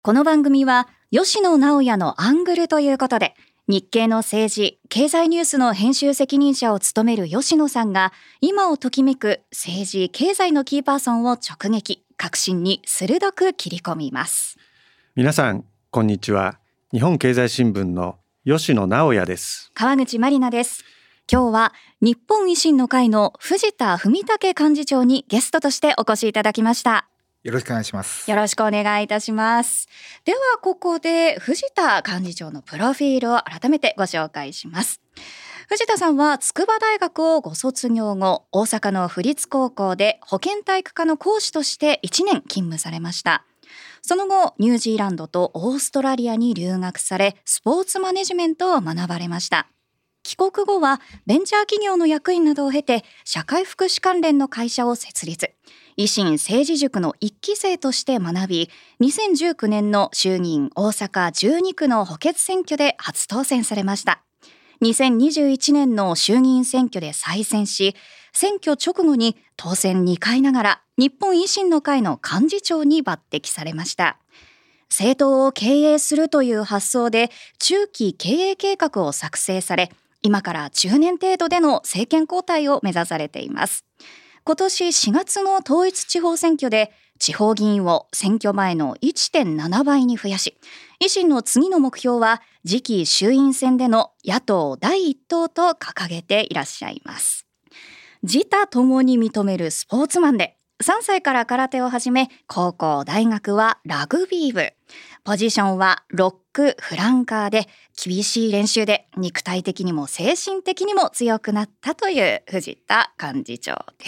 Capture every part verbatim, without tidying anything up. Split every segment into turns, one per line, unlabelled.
この番組は吉野直也のアングルということで、日経の政治・経済ニュースの編集責任者を務める吉野さんが今をときめく政治・経済のキーパーソンを直撃、核心に鋭く切り込みます。
皆さんこんにちは。日本経済新聞の吉野直也です。
川口まりなです。今日は日本維新の会の藤田文武幹事長にゲストとしてお越しいただきました。
よろしくお願いします。
よろしくお願いいたします。ではここで藤田幹事長のプロフィールを改めてご紹介します。藤田さんは筑波大学をご卒業後、大阪の府立高校で保健体育科の講師としていちねん勤務されました。その後ニュージーランドとオーストラリアに留学され、スポーツマネジメントを学ばれました。帰国後はベンチャー企業の役員などを経て、社会福祉関連の会社を設立。維新政治塾の一期生として学び、にせんじゅうきゅうねんの衆議院大阪じゅうにくの補欠選挙で初当選されました。にせんにじゅういちねんの衆議院選挙で再選し、選挙直後に当選にかいながら日本維新の会の幹事長に抜擢されました。政党を経営するという発想で中期経営計画を作成され、今からじゅうねん程度での政権交代を目指されています。今年しがつの統一地方選挙で地方議員を選挙前の いってんななばいに増やし、維新の次の目標は次期衆院選での野党第一党と掲げていらっしゃいます。自他ともに認めるスポーツマンで、さんさいから空手を始め、高校大学はラグビー部、ポジションはロックフランカーで、厳しい練習で肉体的にも精神的にも強くなったという藤田幹事長です。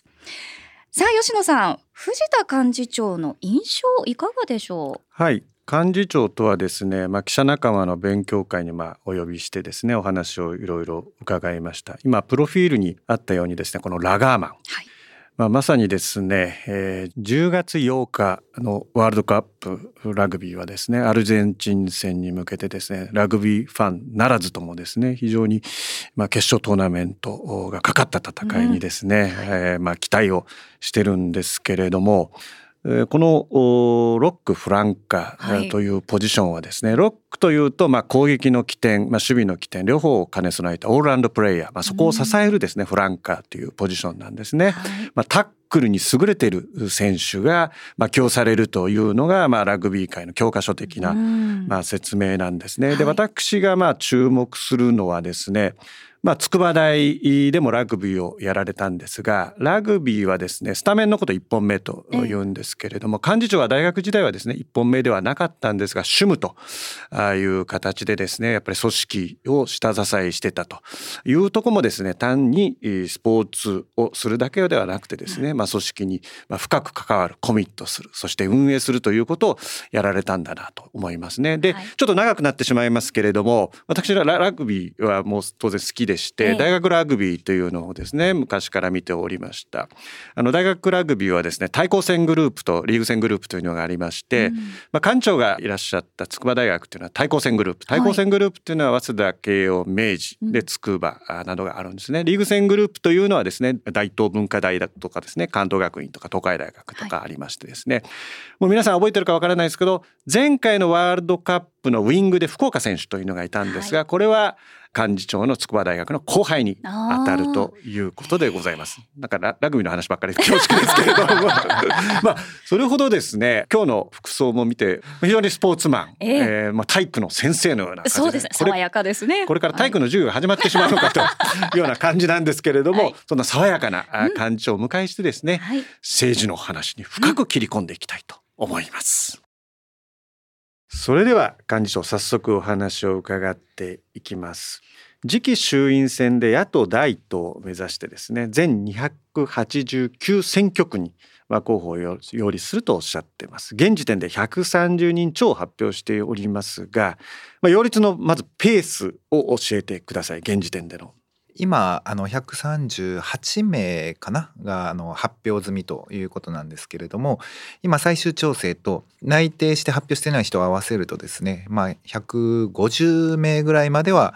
さあ吉野さん、藤田幹事長の印象いかがでしょう。
はい、幹事長とはですね、まあ、記者仲間の勉強会にまあお呼びしてですね、お話をいろいろ伺いました。今プロフィールにあったようにですね、このラガーマン、はい、まあ、まさにですね、えー、じゅうがつようかのワールドカップラグビーはですね、アルゼンチン戦に向けてですね、ラグビーファンならずともですね、非常にまあ決勝トーナメントがかかった戦いにですね、うん、えー、まあ期待をしてるんですけれども、このロックフランカーというポジションはですね、はい、ロックというとまあ攻撃の起点、まあ、守備の起点両方を兼ね備えたオールラウンドプレイヤー、まあ、そこを支えるですね、うん、フランカーというポジションなんですね、はい、まあ、タックルに優れている選手がまあ起用されるというのがまあラグビー界の教科書的なまあ説明なんですね、うん、で私がまあ注目するのはですね、まあ、筑波大でもラグビーをやられたんですが、ラグビーはですね、スタメンのこといっぽんめと言うんですけれども、幹事長は大学時代はですねいっぽんめではなかったんですが、主務という形でですね、やっぱり組織を下支えしてたというところもですね、単にスポーツをするだけではなくてですね、まあ、組織に深く関わる、コミットする、そして運営するということをやられたんだなと思いますね。で、はい、ちょっと長くなってしまいますけれども、私はラグビーはもう当然好きでして、大学ラグビーというのをですね昔から見ておりました。あの大学ラグビーはですね、対抗戦グループとリーグ戦グループというのがありまして、うん、まあ、館長がいらっしゃった筑波大学というのは対抗戦グループ、対抗戦グループというのは早稲田、慶応、明治で筑波などがあるんですね、うん、リーグ戦グループというのはですね、大東文化大だとかですね、関東学院とか東海大学とかありましてですね、はい、もう皆さん覚えてるかわからないですけど、前回のワールドカップのウイングで福岡選手というのがいたんですが、はい、これは幹事長の筑波大学の後輩に当たるということでございます。だからラグビーの話ばっかりで恐縮ですけれどもまあそれほどですね、今日の服装も見て非常にスポーツマン、えーえーまあ、体育の先生のような感じで、
そうですね、爽やかですね。
これから体育の授業が始まってしまうのかというような感じなんですけれども、はい、そんな爽やかな幹事長を迎えしてですね、うん、政治の話に深く切り込んでいきたいと思います、うん。それでは幹事長、早速お話を伺っていきます。次期衆院選で野党第一党を目指してですね、全にひゃくはちじゅうきゅう選挙区に候補を擁立するとおっしゃっています。現時点でひゃくさんじゅうにん超を発表しておりますが、擁立のまずペースを教えてください。現時点での。
今あのひゃくさんじゅうはちめいかながあの発表済みということなんですけれども、今最終調整と内定して発表してない人を合わせるとですね、まあ、ひゃくごじゅうめいぐらいまでは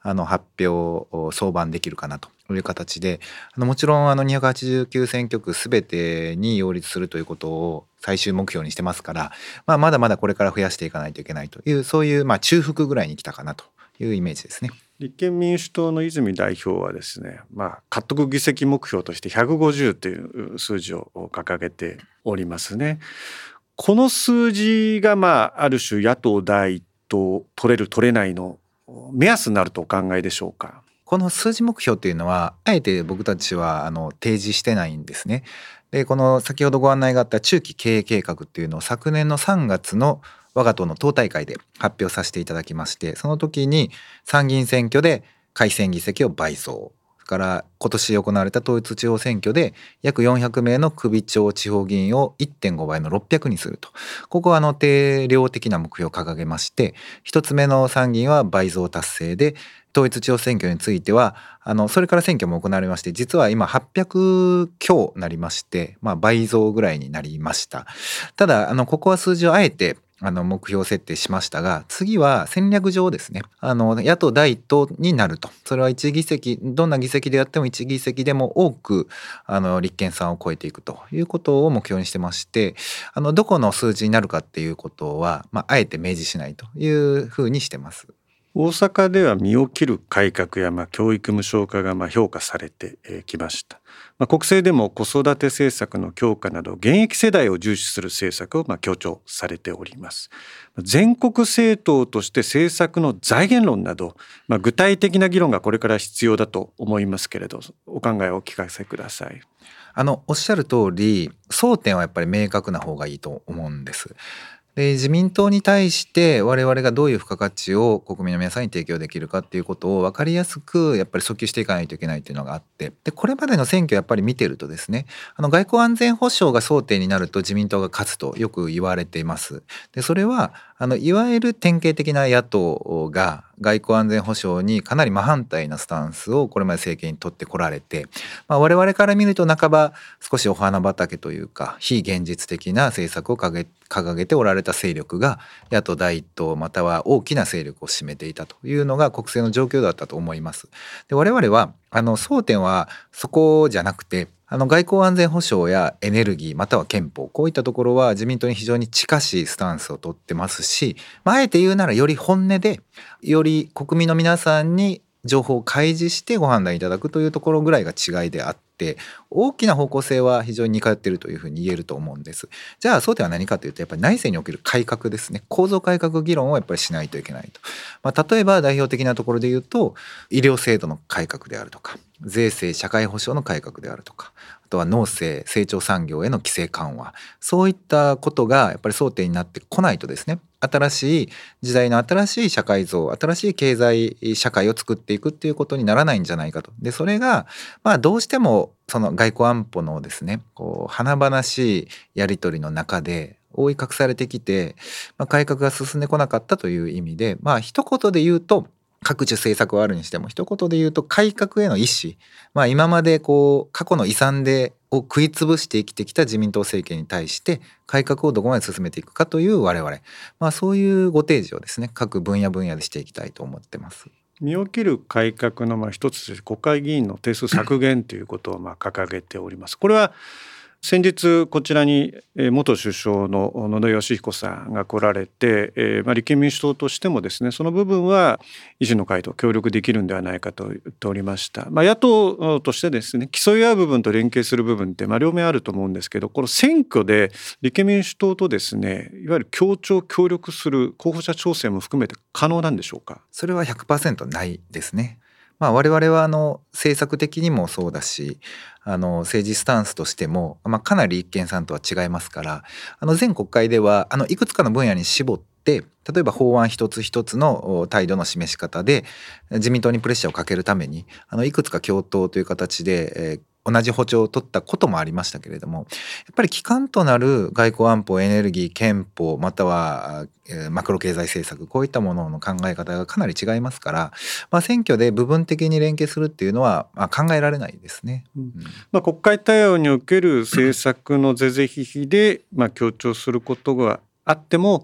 あの発表を送番できるかなという形で、あのもちろんあのにひゃくはちじゅうきゅう選挙区すべてに擁立するということを最終目標にしてますから、まあ、まだまだこれから増やしていかないといけないという、そういうまあ中腹ぐらいに来たかなというイメージですね。
立憲民主党の泉代表はですね、まあ、獲得議席目標としてひゃくごじゅうという数字を掲げておりますね。この数字がまあある種野党第一党取れる取れないの目安になるとお考えでしょうか。
この数字目標というのはあえて僕たちはあの提示してないんですね。でこの先ほどご案内があった中期経営計画っていうのを昨年のさんがつの我が党の党大会で発表させていただきまして、その時に参議院選挙で改選議席を倍増、それから今年行われた統一地方選挙で約よんひゃくめいの首長地方議員を いってんごばいのろっぴゃくにすると、ここはあの定量的な目標を掲げまして、一つ目の参議院は倍増達成で、統一地方選挙についてはあのそれから選挙も行われまして、実は今はっぴゃくきょうなりまして、まあ、倍増ぐらいになりました。ただあのここは数字をあえてあの目標設定しましたが、次は戦略上ですね、あの野党第一党になると、それはいち議席、どんな議席であってもいち議席でも多くあの立憲さんを超えていくということを目標にしてまして、あのどこの数字になるかっていうことは、まあ、あえて明示しないというふうにしてます。
大阪では身を切る改革やまあ教育無償化がまあ評価されてきました。まあ、国政でも子育て政策の強化など現役世代を重視する政策をまあ強調されております。全国政党として政策の財源論など、まあ、具体的な議論がこれから必要だと思いますけれど、お考えをお聞かせください。
あのおっしゃる通り、争点はやっぱり明確な方がいいと思うんです。で自民党に対して我々がどういう付加価値を国民の皆さんに提供できるかっていうことを分かりやすくやっぱり訴求していかないといけないというのがあって、でこれまでの選挙やっぱり見てるとですね、あの外交安全保障が争点になると自民党が勝つとよく言われています。でそれはあのいわゆる典型的な野党が外交安全保障にかなり真反対なスタンスをこれまで政権に取ってこられて、まあ、我々から見ると半ば少しお花畑というか非現実的な政策を掲げ、掲げておられた勢力が野党第一党または大きな勢力を占めていたというのが国政の状況だったと思います。で我々はあの争点はそこじゃなくて、あの外交安全保障やエネルギーまたは憲法、こういったところは自民党に非常に近しいスタンスを取ってますし、まあ、あえて言うならより本音でより国民の皆さんに情報を開示してご判断いただくというところぐらいが違いであって、大きな方向性は非常に似通っているというふうに言えると思うんです。じゃあ争点は何かというと、やっぱり内政における改革ですね。構造改革議論をやっぱりしないといけないと、まあ、例えば代表的なところで言うと医療制度の改革であるとか、税制社会保障の改革であるとか、あとは農政成長産業への規制緩和、そういったことがやっぱり争点になってこないとですね、新しい時代の新しい社会像、新しい経済社会を作っていくっていうことにならないんじゃないかと。でそれがまあどうしてもその外交安保のですね、こう華々しいやり取りの中で覆い隠されてきて、まあ、改革が進んでこなかったという意味で、まあ一言で言うと各種政策はあるにしても一言で言うと改革への意思、まあ、今までこう過去の遺産でを食い潰して生きてきた自民党政権に対して改革をどこまで進めていくかという我々、まあ、そういうご提示をですね各分野分野でしていきたいと思ってます。
身を切る改革のまあ一つとして国会議員の定数削減ということをまあ掲げております。これは先日こちらに元首相の野田佳彦さんが来られて、えーまあ、立憲民主党としてもですね、その部分は維新の会と協力できるんではないかと言っておりました。まあ、野党としてですね、競い合う部分と連携する部分ってまあ両面あると思うんですけど、この選挙で立憲民主党とですね、いわゆる協調協力する候補者調整も含めて可能なんでしょうか。
それは ひゃくパーセント ないですね。まあ、我々はあの政策的にもそうだし、あの政治スタンスとしても、まあ、かなり立憲さんとは違いますから、あの前国会ではあのいくつかの分野に絞って例えば法案一つ一つの態度の示し方で自民党にプレッシャーをかけるためにあのいくつか共闘という形で、えー同じ歩調を取ったこともありましたけれども、やっぱり基幹となる外交安保、エネルギー、憲法またはマクロ経済政策、こういったものの考え方がかなり違いますから、まあ、選挙で部分的に連携するっていうのはまあ考えられないですね。
うんまあ、国会対応における政策の是々非々でまあ強調することがあっても、うん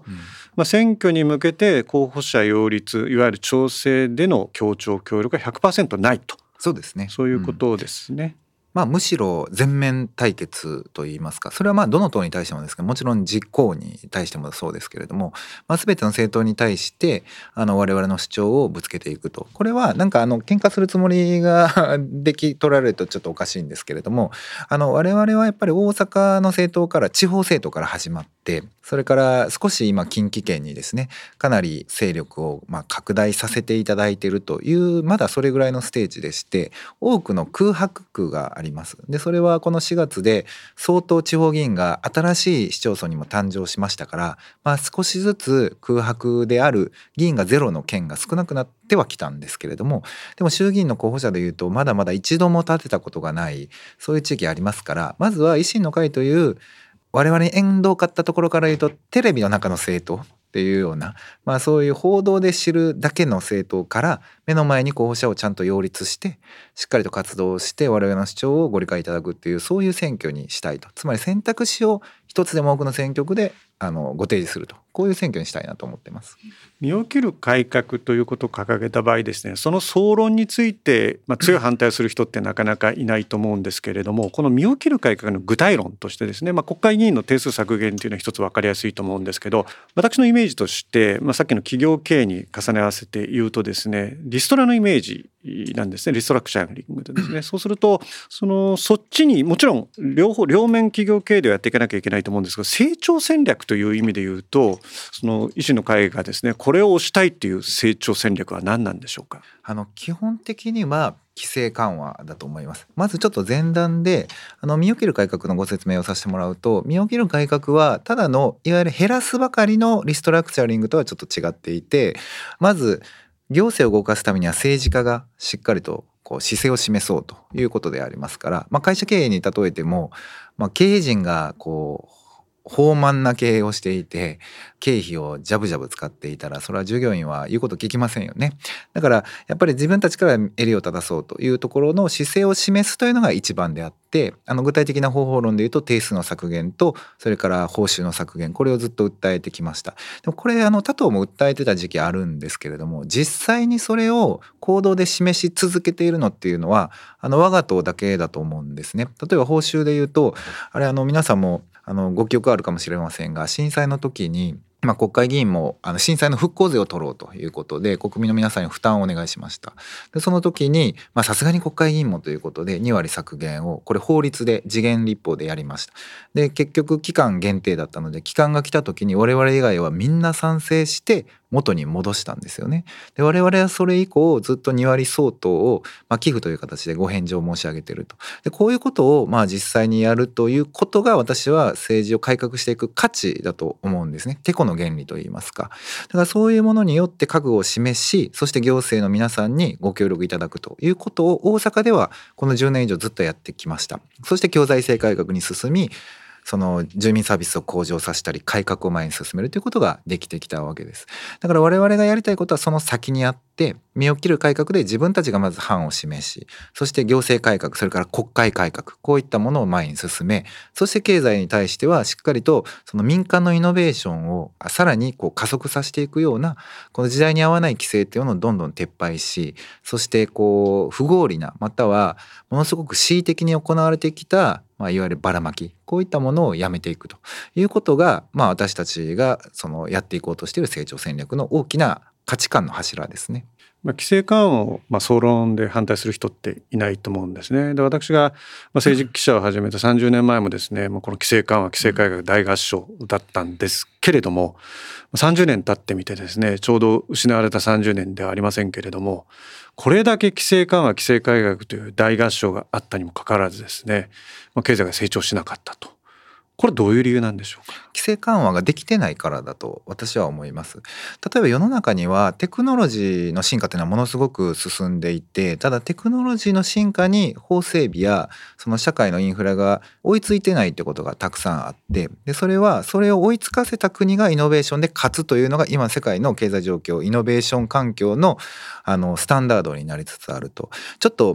まあ、選挙に向けて候補者擁立、いわゆる調整での協調協力が ひゃくパーセント ないと。
そうですね。
そういうことですね。うん、
まあ、むしろ全面対決といいますか、それはまあどの党に対してもですけど、もちろん実行に対してもそうですけれども、まあ、全ての政党に対してあの我々の主張をぶつけていくと。これはなんかあの喧嘩するつもりができ取られるとちょっとおかしいんですけれども、あの我々はやっぱり大阪の政党から地方政党から始まって、それから少し今近畿圏にですねかなり勢力をまあ拡大させていただいているという、まだそれぐらいのステージでして、多くの空白区があります。でそれはこのしがつで相当地方議員が新しい市町村にも誕生しましたから、まあ、少しずつ空白である議員がゼロの県が少なくなってはきたんですけれども、でも衆議院の候補者でいうとまだまだ一度も立てたことがない、そういう地域ありますから、まずは維新の会という我々に縁遠かったところから言うとテレビの中の政党っていうような、まあ、そういう報道で知るだけの政党から目の前に候補者をちゃんと擁立してしっかりと活動して我々の主張をご理解いただくっていう、そういう選挙にしたいと。つまり選択肢を一つでも多くの選挙区であのご提示すると、こういう選挙にしたいなと思っています。
身を切る改革ということを掲げた場合ですね、その総論について、まあ、強い反対をする人ってなかなかいないと思うんですけれども、この身を切る改革の具体論としてですね、まあ、国会議員の定数削減というのは一つ分かりやすいと思うんですけど、私のイメージとして、まあ、さっきの企業経営に重ね合わせて言うとですね、リストラのイメージなんですね。リストラクチャリングでですね、そうするとそのそっちにもちろん両方両面企業経営でやっていかなきゃいけないと思うんですが、成長戦略という意味で言うと、その維新の会がですねこれを推したいっていう成長戦略は何なんでしょうか。
あの基本的には規制緩和だと思います。まずちょっと前段であの身を切る改革のご説明をさせてもらうと、身を切る改革はただのいわゆる減らすばかりのリストラクチャリングとはちょっと違っていて、まず行政を動かすためには政治家がしっかりとこう姿勢を示そうということでありますから、まあ、会社経営に例えても、まあ、経営陣がこう放漫な経営をしていて経費をジャブジャブ使っていたら、それは従業員は言うこと聞きませんよね。だからやっぱり自分たちから襟を正そうというところの姿勢を示すというのが一番であって、あの具体的な方法論でいうと定数の削減とそれから報酬の削減、これをずっと訴えてきました。でもこれあの他党も訴えてた時期あるんですけれども、実際にそれを行動で示し続けているのっていうのはあの我が党だけだと思うんですね。例えば報酬でいうと、あれあの皆さんもあのご記憶あるかもしれませんが、震災の時に、まあ、国会議員もあの震災の復興税を取ろうということで国民の皆さんに負担をお願いしました。でその時にさすがに国会議員もということでにわり削減をこれ法律で時限立法でやりました。で結局期間限定だったので、期間が来た時に我々以外はみんな賛成して元に戻したんですよね。で我々はそれ以降ずっとにわり相当を、まあ、寄付という形でご返上申し上げていると。でこういうことをまあ実際にやるということが私は政治を改革していく価値だと思うんですね。てこの原理といいますか。だからそういうものによって覚悟を示し、そして行政の皆さんにご協力いただくということを大阪ではこのじゅうねん以上ずっとやってきました。そして共財政改革に進み、その住民サービスを向上させたり改革を前に進めるということができてきたわけです。だから我々がやりたいことはその先にあって、身を切る改革で自分たちがまず範を示し、そして行政改革、それから国会改革、こういったものを前に進め、そして経済に対してはしっかりとその民間のイノベーションをさらにこう加速させていくような、この時代に合わない規制っていうのをどんどん撤廃し、そしてこう不合理なまたはものすごく恣意的に行われてきたまあ、いわゆるばらまき、こういったものをやめていくということが、まあ、私たちがそのやっていこうとしている成長戦略の大きな価値観の柱ですね。
まあ、規制緩和を、まあ、総論で反対する人っていないと思うんですね。で私が、まあ、政治記者を始めたさんじゅうねんまえもですね、もうこの規制緩和規制改革大合唱だったんですけれども、さんじゅうねん経ってみてですね、ちょうど失われたさんじゅうねんではありませんけれども、これだけ規制緩和規制改革という大合唱があったにもかかわらずですね、まあ、経済が成長しなかったと。これどういう理由なんでしょうか。
規制緩和ができてないからだと私は思います。例えば世の中にはテクノロジーの進化というのはものすごく進んでいて、ただテクノロジーの進化に法整備やその社会のインフラが追いついてないってことがたくさんあって、でそれはそれを追いつかせた国がイノベーションで勝つというのが今世界の経済状況、イノベーション環境のあのスタンダードになりつつあると。ちょっとまあ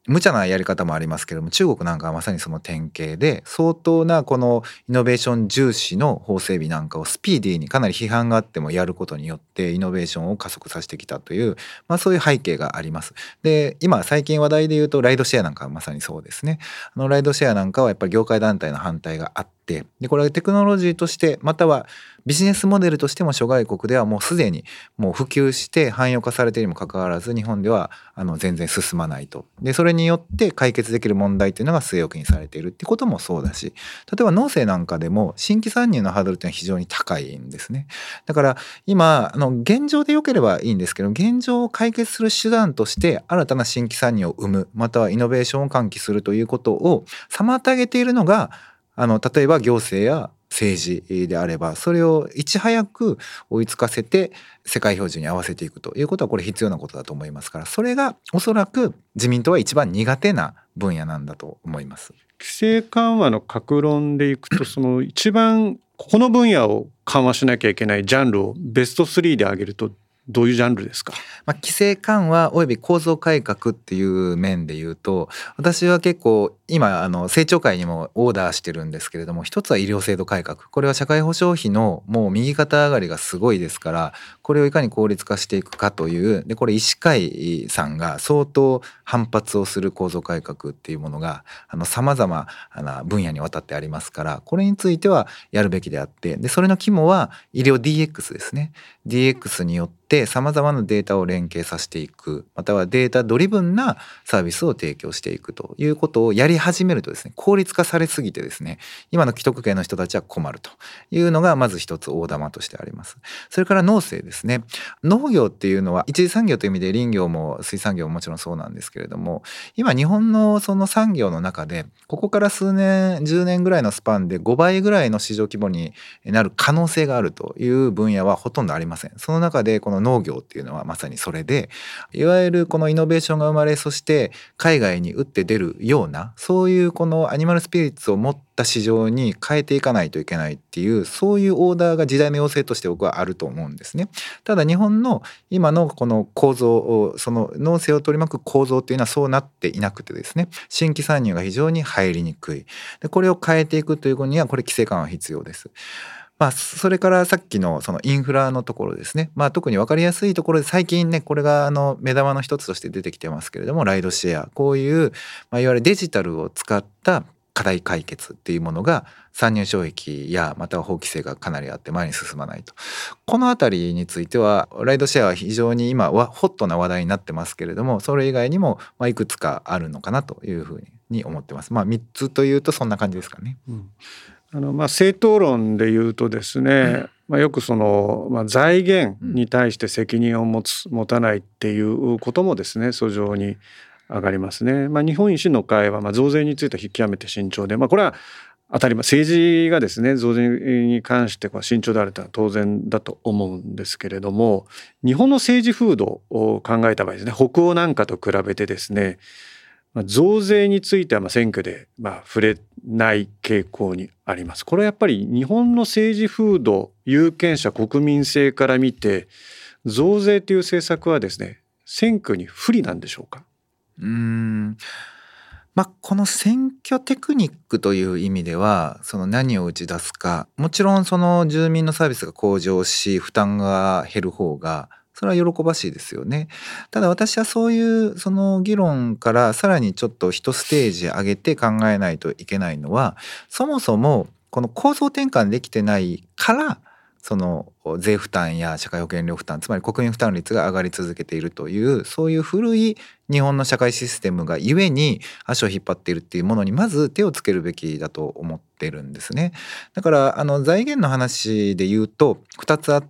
無茶なやり方もありますけれども、中国なんかはまさにその典型で、相当なこのイノベーション重視の法整備なんかをスピーディーに、かなり批判があってもやることによってイノベーションを加速させてきたという、まあ、そういう背景があります。で、今最近話題で言うとライドシェアなんかはまさにそうですね。あのライドシェアなんかはやっぱり業界団体の反対があって、でこれはテクノロジーとしてまたはビジネスモデルとしても諸外国ではもうすでにもう普及して汎用化されているにもかかわらず、日本ではあの全然進まないと。でそれによって解決できる問題というのが据え置きにされているっていうこともそうだし、例えば農政なんかでも新規参入のハードルっていうのは非常に高いんですね。だから今あの現状で良ければいいんですけど、現状を解決する手段として新たな新規参入を生む、またはイノベーションを喚起するということを妨げているのが、あの例えば行政や政治であれば、それをいち早く追いつかせて世界標準に合わせていくということはこれ必要なことだと思いますから、それがおそらく自民党は一番苦手な分野なんだと思います。
規制緩和の各論でいくと、その一番この分野を緩和しなきゃいけないジャンルをベストスリーで挙げるとどういうジャンルですか？
まあ、規制緩和および構造改革っていう面で言うと、私は結構今あの政調会にもオーダーしてるんですけれども、一つは医療制度改革。これは社会保障費のもう右肩上がりがすごいですから、これをいかに効率化していくかという、でこれ医師会さんが相当反発をする構造改革っていうものがさまざまな分野にわたってありますから、これについてはやるべきであって、でそれの肝は医療 ディーエックス ですね。 ディーエックス によってさまざまなデータを連携させていく、またはデータドリブンなサービスを提供していくということをやり始めるとですね、効率化されすぎてですね、今の既得権の人たちは困るというのがまず一つ大玉としてあります。それから農政ですね。農業っていうのは一次産業という意味で林業も水産業ももちろんそうなんですけれども、今日本のその産業の中でここから数年じゅうねんぐらいのスパンでごばいぐらいの市場規模になる可能性があるという分野はほとんどありません。その中でこの農業っていうのはまさにそれで、いわゆるこのイノベーションが生まれ、そして海外に打って出るような、そういうこのアニマルスピリッツを持った市場に変えていかないといけないっていう、そういうオーダーが時代の要請として僕はあると思うんですね。ただ日本の今のこの構造を、その農政を取り巻く構造っていうのはそうなっていなくてですね、新規参入が非常に入りにくい。でこれを変えていくということにはこれ規制緩和は必要です。まあ、それからさっきのそのインフラのところですね、まあ、特に分かりやすいところで最近ね、これがあの目玉の一つとして出てきてますけれども、ライドシェア、こういう、まあ、いわゆるデジタルを使った課題解決っていうものが参入障壁やまたは法規制がかなりあって前に進まないと。このあたりについてはライドシェアは非常に今はホットな話題になってますけれども、それ以外にもまあいくつかあるのかなというふうに思ってます。まあみっつというとそんな感じですかね。
うんあのまあ政党論でいうとですね、うんまあ、よくその、まあ、財源に対して責任を持つ持たないっていうこともですね訴状に上がりますね。まあ、日本維新の会はまあ増税については極めて慎重で、まあ、これは当たり前、政治がですね増税に関しては慎重であるというのは当然だと思うんですけれども、日本の政治風土を考えた場合ですね、北欧なんかと比べてですね、増税についてはまあ選挙でまあ触れない傾向にあります。これはやっぱり日本の政治風土、有権者国民性から見て増税という政策はですね選挙に不利なんでしょうか？
うーんまあ、この選挙テクニックという意味では、その何を打ち出すか、もちろんその住民のサービスが向上し負担が減る方がそれは喜ばしいですよね。ただ私はそういうその議論からさらにちょっと一ステージ上げて考えないといけないのは、そもそもこの構造転換できてないからその税負担や社会保険料負担、つまり国民負担率が上がり続けているという、そういう古い日本の社会システムがゆえに足を引っ張っているっていうものにまず手をつけるべきだと思ってるんですね。だからあの財源の話で言うとふたつあって、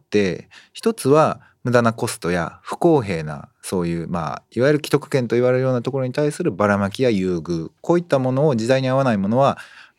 ひとつは無駄なコストや不公平なそういう、まあ、いわゆる既得権と言われるようなところに対するばらまきや優遇、こういったものを時代に合わないものは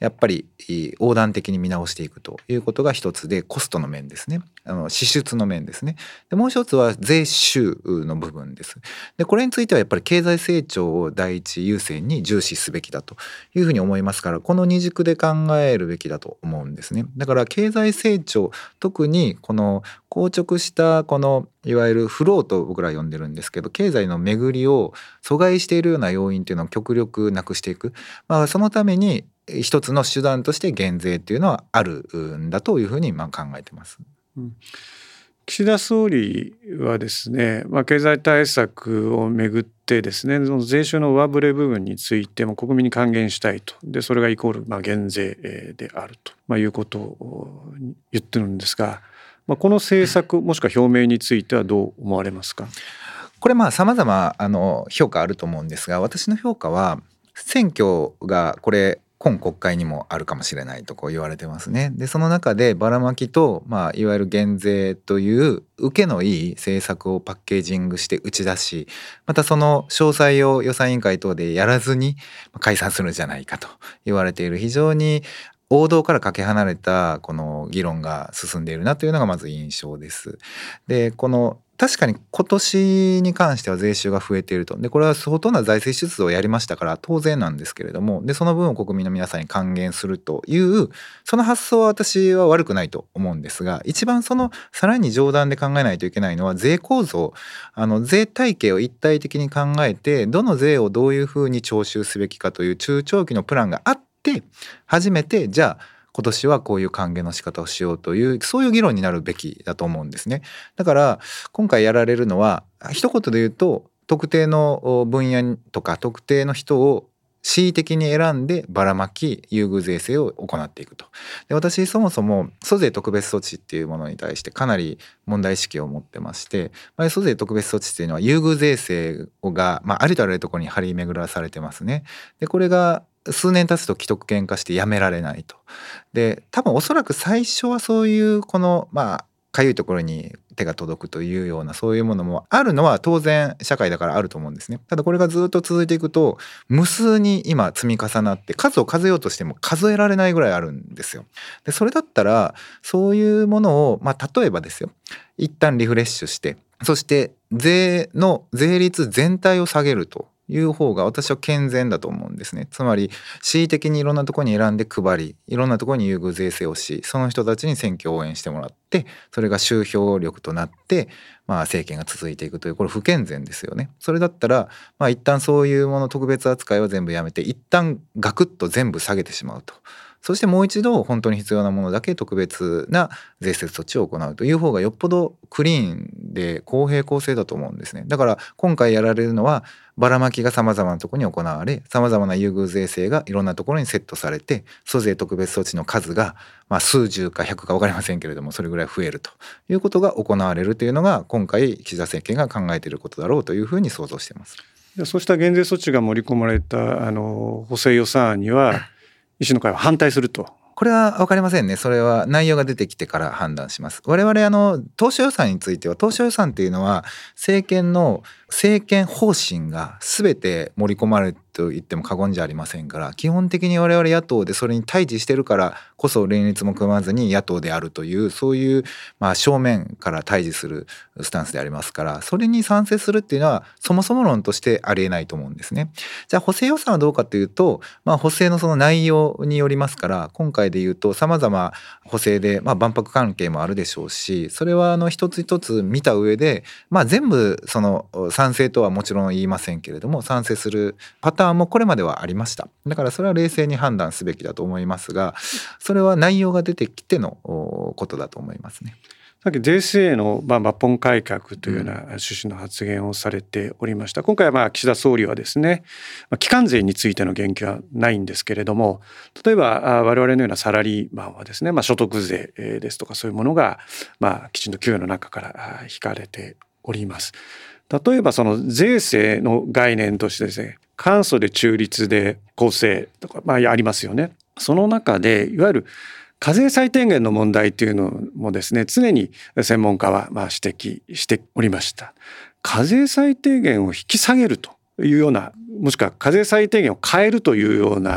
やっぱり横断的に見直していくということが一つで、コストの面ですね、あの支出の面ですね。でもう一つは税収の部分です。でこれについてはやっぱり経済成長を第一優先に重視すべきだというふうに思いますから、この二軸で考えるべきだと思うんですね。だから経済成長、特にこの硬直したこのいわゆるフローと僕ら呼んでるんですけど、経済の巡りを阻害しているような要因っていうのを極力なくしていく、まあ、そのために一つの手段として減税っていうのはあるんだというふうにまあ考えてます。
うん、岸田総理はですね、まあ、経済対策をめぐってですね、その税収の上振れ部分についても国民に還元したいと、でそれがイコールまあ減税であると、まあ、いうことを言ってるんですが、まあ、この政策もしくは表明についてはどう思われますか？
これまあ様々あの評価あると思うんですが、私の評価は選挙がこれ今国会にもあるかもしれないとこう言われてますね。でその中でばらまきと、まあ、いわゆる減税という受けのいい政策をパッケージングして打ち出し、またその詳細を予算委員会等でやらずに解散するんじゃないかと言われている、非常に王道からかけ離れたこの議論が進んでいるなというのがまず印象です。でこの確かに今年に関しては税収が増えていると。でこれは相当な財政出動をやりましたから当然なんですけれども、でその分を国民の皆さんに還元するというその発想は私は悪くないと思うんですが、一番そのさらに上段で考えないといけないのは税構造、あの税体系を一体的に考えて、どの税をどういうふうに徴収すべきかという中長期のプランがあって初めて、じゃあ今年はこういう還元の仕方をしようという、そういう議論になるべきだと思うんですね。だから今回やられるのは一言で言うと、特定の分野とか特定の人を恣意的に選んでばらまき優遇税制を行っていくと。で私そもそも租税特別措置っていうものに対してかなり問題意識を持ってまして、まあ、租税特別措置っていうのは優遇税制が、まあ、ありとあらゆるところに張り巡らされてますね。でこれが数年経つと既得権化してやめられないと。で多分おそらく最初はそういうこのまあかゆいところに手が届くというようなそういうものもあるのは当然社会だからあると思うんですね。ただこれがずっと続いていくと無数に今積み重なって数を数えようとしても数えられないぐらいあるんですよ。でそれだったらそういうものを、まあ、例えばですよ、一旦リフレッシュして、そして税の税率全体を下げるという方が私は健全だと思うんですね。つまり恣意的にいろんなところに選んで配り、いろんなところに優遇税制をし、その人たちに選挙を応援してもらって、それが集票力となって、まあ、政権が続いていくという、これ不健全ですよね。それだったら、まあ、一旦そういうもの特別扱いは全部やめて、一旦ガクッと全部下げてしまうと。そしてもう一度本当に必要なものだけ特別な税制措置を行うという方がよっぽどクリーンで公平公正だと思うんですね。だから今回やられるのはばらまきがさまざまなところに行われ、さまざまな優遇税制がいろんなところにセットされて、租税特別措置の数がまあ数十か百か分かりませんけれども、それぐらい増えるということが行われるというのが今回岸田政権が考えていることだろうというふうに想像しています。
そうした減税措置が盛り込まれたあの補正予算案には維新の会は反対すると。
これは分かりませんね。それは内容が出てきてから判断します。我々あの当初予算については、当初予算っていうのは政権の政権方針が全て盛り込まれると言っても過言じゃありませんから、基本的に我々野党でそれに対峙してるからこそ連立も組まずに野党であるという、そういうまあ正面から対峙するスタンスでありますから、それに賛成するっていうのはそもそも論としてありえないと思うんですね。じゃあ補正予算はどうかというと、まあ、補正のその内容によりますから、今回でいうとさまざま補正で、まあ、万博関係もあるでしょうし、それはあの一つ一つ見た上で、まあ、全部その賛成とはもちろん言いませんけれども、賛成するパターンもこれまではありました。だからそれは冷静に判断すべきだと思いますが、それは内容が出てきてのことだと思いますね。
さっき税制のまあ抜本改革というような趣旨の発言をされておりました。今回はまあ岸田総理はですね、基幹税についての言及はないんですけれども、例えば我々のようなサラリーマンはですね、まあ、所得税ですとかそういうものがまあきちんと給与の中から引かれております。例えばその税制の概念としてですね、簡素で中立で公正とかまあありますよね。その中でいわゆる課税最低限の問題というのもですね、常に専門家はまあ指摘しておりました。課税最低限を引き下げるというような、もしくは課税最低限を変えるというような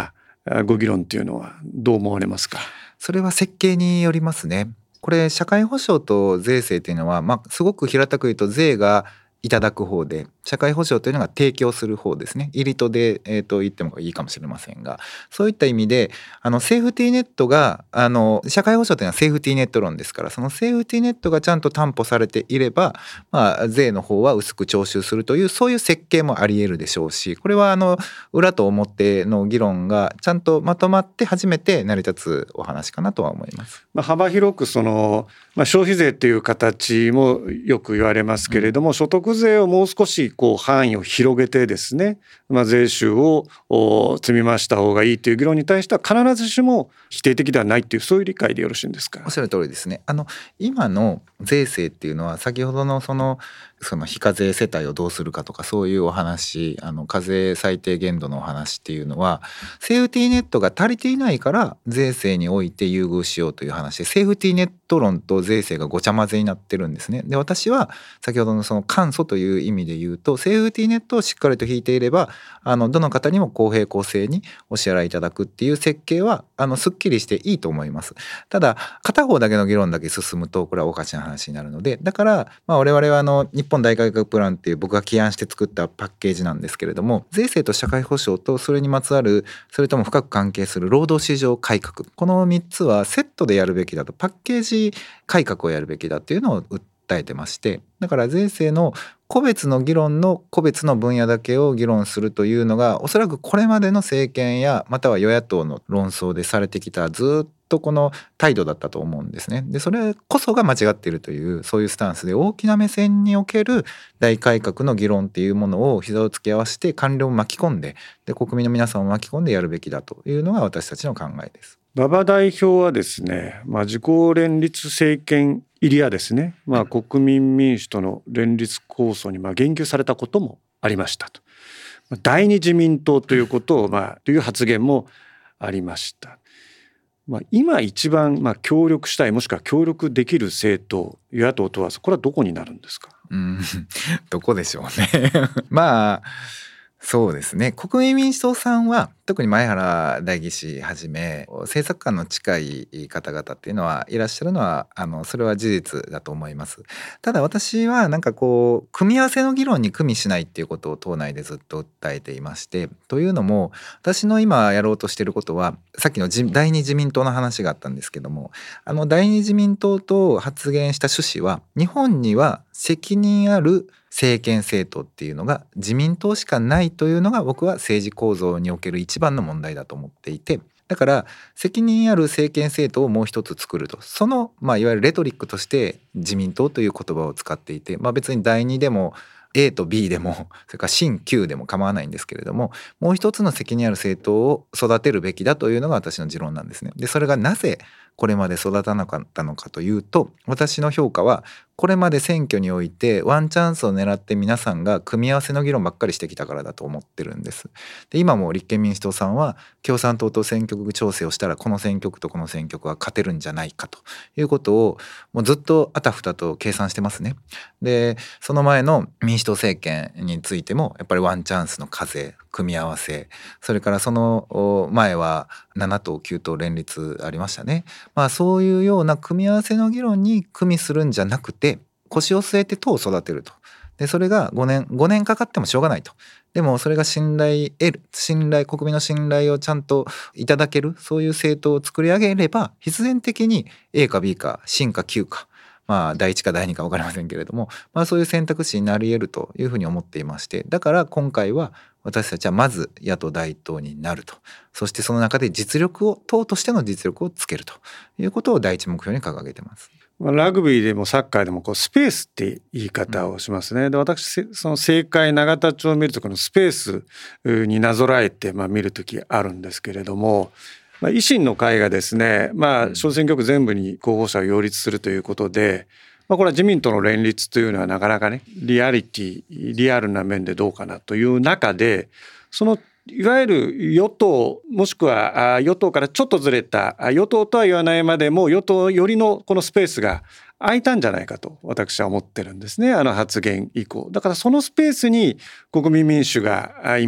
ご議論というのはどう思われますか？
それは設計によりますね。これ社会保障と税制というのは、まあ、すごく平たく言うと税がいただく方で、社会保障というのが提供する方ですね。入りとで、えー、と言ってもいいかもしれませんが、そういった意味であのセーフティーネットがあの社会保障というのはセーフティーネット論ですから、そのセーフティーネットがちゃんと担保されていれば、まあ、税の方は薄く徴収するという、そういう設計もあり得るでしょうし、これはあの裏と表の議論がちゃんとまとまって初めて成り立つお話かなとは思います。
まあ、幅広くその、まあ、消費税っていう形もよく言われますけれども、うん、所得税をもう少しこう範囲を広げてですね、まあ、税収を積み増した方がいいという議論に対しては必ずしも否定的ではないという、そういう理解でよろしいんですか？
おっしゃる通りですね。あの今の税制っていうのは先ほどのそのその非課税世帯をどうするかとか、そういうお話、あの課税最低限度のお話っていうのは、セーフティーネットが足りていないから税制において優遇しようという話で、セーフティーネット論と税制がごちゃ混ぜになってるんですね。で、私は先ほどのその簡素という意味で言うと、セーフティーネットをしっかりと引いていれば、あのどの方にも公平公正にお支払いいただくっていう設計はあのすっきりしていいと思います。ただ片方だけの議論だけ進むとこれはおかしな話になるので、だからまあ我々はあの日本大改革プランっていう僕が起案して作ったパッケージなんですけれども、税制と社会保障とそれにまつわる、それとも深く関係する労働市場改革、このみっつはセットでやるべきだと、パッケージ改革をやるべきだっていうのを訴えてまして、だから税制の個別の議論の個別の分野だけを議論するというのが、おそらくこれまでの政権やまたは与野党の論争でされてきたずっとこの態度だったと思うんですね。でそれこそが間違っているという、そういうスタンスで大きな目線における大改革の議論っていうものを膝を突き合わせて官僚を巻き込んで、で国民の皆さんを巻き込んでやるべきだというのが私たちの考えです。
馬場代表はですね、まあ、自公連立政権入りやですね、まあ、国民民主との連立構想にまあ言及されたこともありましたと。第二自民党ということを、まあ、という発言もありました。まあ、今一番まあ協力したい、もしくは協力できる政党、与野党問わず、これはどこになるんですか？
うん、どこでしょうねまあそうですね、国民民主党さんは特に前原代議士はじめ政策観の近い方々っていうのはいらっしゃるのは、あのそれは事実だと思います。ただ私はなんかこう組み合わせの議論に組みしないっていうことを党内でずっと訴えていまして、というのも私の今やろうとしていることは、さっきの第二自民党の話があったんですけども、あの第二自民党と発言した趣旨は、日本には責任ある政権政党っていうのが自民党しかないというのが、僕は政治構造における一番の問題だと思っていて、だから責任ある政権政党をもう一つ作ると、その、まあ、いわゆるレトリックとして自民党という言葉を使っていて、まあ、別に第二でも A と B でもそれから新旧でも構わないんですけれども、もう一つの責任ある政党を育てるべきだというのが私の持論なんですね。でそれがなぜこれまで育たなかったのかというと、私の評価はこれまで選挙においてワンチャンスを狙って皆さんが組み合わせの議論ばっかりしてきたからだと思ってるんです。で今も立憲民主党さんは共産党と選挙区調整をしたらこの選挙区とこの選挙区は勝てるんじゃないかということをもうずっとあたふたと計算してますね。でその前の民主党政権についてもやっぱりワンチャンスの課税組み合わせ、それからその前はなな党きゅう党連立ありましたね。まあそういうような組み合わせの議論に組みするんじゃなくて、腰を据えて党を育てると。でそれがごねんごねんかかってもしょうがないと。でもそれが信頼得る、信頼国民の信頼をちゃんといただける、そういう政党を作り上げれば必然的に A か B か新か旧か、まあだいいちかだいにか分かりませんけれども、まあそういう選択肢になり得るというふうに思っていまして、だから今回は私たちはまず野党第一党になると、そしてその中で実力を、党としての実力をつけるということを第一目標に掲げてます。
ラグビーでもサッカーでもこうスペースって言い方をしますね。で私その政界永田町を見るとこのスペースになぞらえてまあ見るときあるんですけれども、まあ、維新の会がですね、まあ、小選挙区全部に候補者を擁立するということで、まあ、これは自民党の連立というのはなかなかねリアリティリアルな面でどうかなという中で、そのいわゆる与党もしくは与党からちょっとずれた、与党とは言わないまでも与党寄りのこのスペースが空いたんじゃないかと私は思ってるんですね、あの発言以降。だからそのスペースに国民民主が今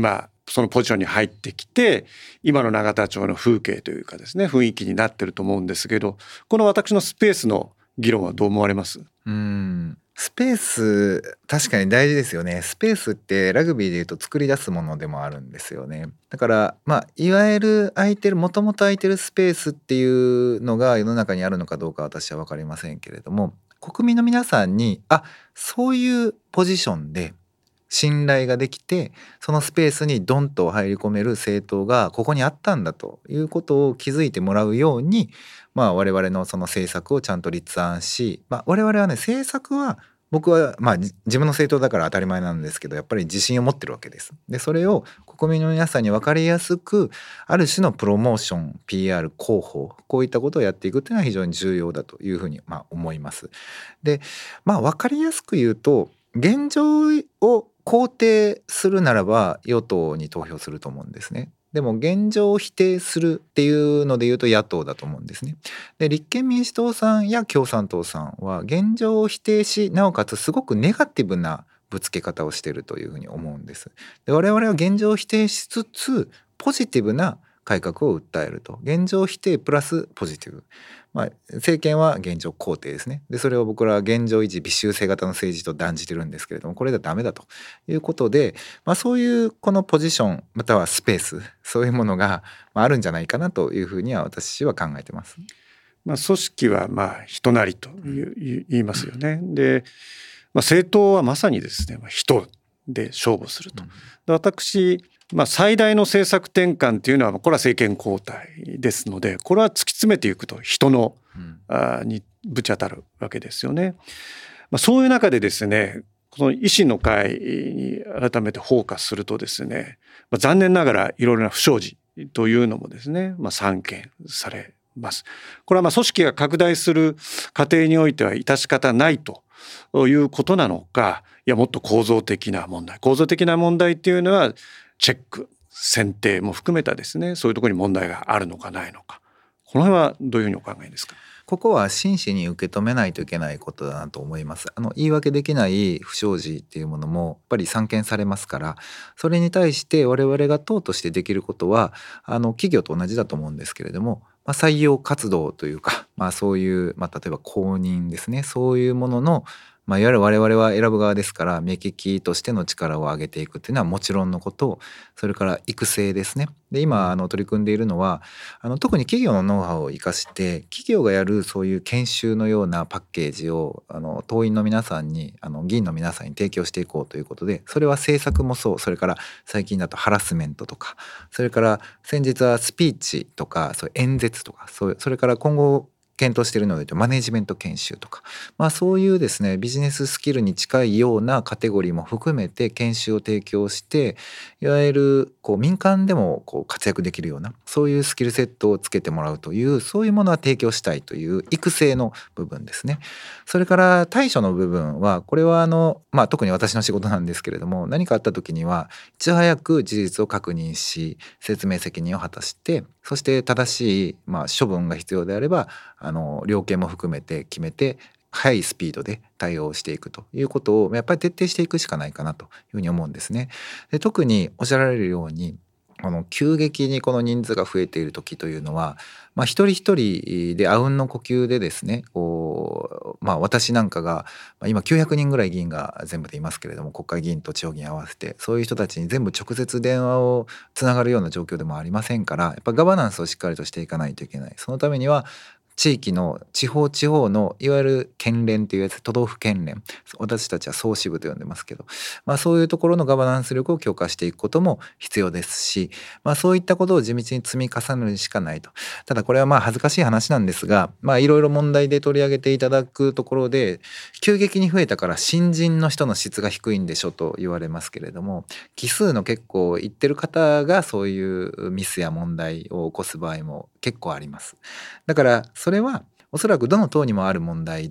そのポジションに入ってきて今の永田町の風景というかですね雰囲気になってると思うんですけど、この私のスペースの議論はどう思われます？
うーんスペース確かに大事ですよね。スペースってラグビーでいうと作り出すものでもあるんですよね。だからまあいわゆる空いてるもともと空いてるスペースっていうのが世の中にあるのかどうか私は分かりませんけれども、国民の皆さんにあそういうポジションで信頼ができてそのスペースにドンと入り込める政党がここにあったんだということを気づいてもらうように、まあ、我々のその政策をちゃんと立案し、まあ、我々はね政策は僕はまあ自分の政党だから当たり前なんですけどやっぱり自信を持ってるわけです。でそれを国民の皆さんに分かりやすくある種のプロモーション ピーアール 広報こういったことをやっていくっていうのは非常に重要だというふうにまあ思います。でまあ分かりやすく言うと現状を肯定するならば与党に投票すると思うんですね。でも現状を否定するっていうので言うと野党だと思うんですね。で立憲民主党さんや共産党さんは現状を否定しなおかつすごくネガティブなぶつけ方をしているというふうに思うんです。で我々は現状を否定しつつポジティブな改革を訴えると現状否定プラスポジティブ、まあ、政権は現状肯定ですね。でそれを僕らは現状維持微修正型の政治と断じてるんですけれどもこれではダメだということで、まあ、そういうこのポジションまたはスペースそういうものがあるんじゃないかなというふうには私は考えてます。
まあ、組織はまあ人なりと言いますよね。で、まあ、政党はまさにですね人で勝負すると。で私まあ、最大の政策転換っていうのはこれは政権交代ですのでこれは突き詰めていくと人の、うん、あにぶち当たるわけですよね。まあ、そういう中でですねこの維新の会に改めてフォーカスするとですね、まあ、残念ながらいろいろな不祥事というのもですね、まあ、散見されます。これはまあ組織が拡大する過程においては致し方ないということなのか、いやもっと構造的な問題構造的な問題っていうのはチェック選定も含めたですねそういうところに問題があるのかないのか、この辺はどういうふうにお考えですか？
ここは真摯に受け止めないといけないことだなと思います。あの言い訳できない不祥事っていうものもやっぱり散見されますから、それに対して我々が党としてできることはあの企業と同じだと思うんですけれども、まあ、採用活動というか、まあ、そういう、まあ、例えば公認ですねそういうもののまあ、いわゆる我々は選ぶ側ですから目利きとしての力を上げていくっていうのはもちろんのこと、それから育成ですね。で今あの取り組んでいるのはあの特に企業のノウハウを生かして企業がやるそういう研修のようなパッケージをあの党員の皆さんにあの議員の皆さんに提供していこうということで、それは政策もそう、それから最近だとハラスメントとか、それから先日はスピーチとかそういう演説とか、そうそれから今後検討しているのでマネジメント研修とか、まあ、そういうですねビジネススキルに近いようなカテゴリーも含めて研修を提供して、いわゆるこう民間でもこう活躍できるようなそういうスキルセットをつけてもらうというそういうものは提供したいという育成の部分ですね。それから対処の部分はこれはあの、まあ、特に私の仕事なんですけれども、何かあった時にはいち早く事実を確認し説明責任を果たして、そして正しい、まあ、処分が必要であればあの量刑も含めて決めて速いスピードで対応していくということをやっぱり徹底していくしかないかなというふうに思うんですね。で特におっしゃられるようにあの急激にこの人数が増えている時というのは、まあ、一人一人であうんの呼吸でですねこう、まあ、私なんかが、まあ、今きゅうひゃくにんぐらい議員が全部でいますけれども、国会議員と地方議員合わせてそういう人たちに全部直接電話をつながるような状況でもありませんから、やっぱガバナンスをしっかりとしていかないといけない。そのためには地域の地方地方のいわゆる県連というやつ、都道府県連、私たちは総支部と呼んでますけど、まあ、そういうところのガバナンス力を強化していくことも必要ですし、まあ、そういったことを地道に積み重ねるしかないと。ただこれはまあ恥ずかしい話なんですが、まあいろいろ問題で取り上げていただくところで急激に増えたから新人の人の質が低いんでしょと言われますけれども、奇数の結構言ってる方がそういうミスや問題を起こす場合も結構あります。だからそれはおそらくどの党にもある問題で、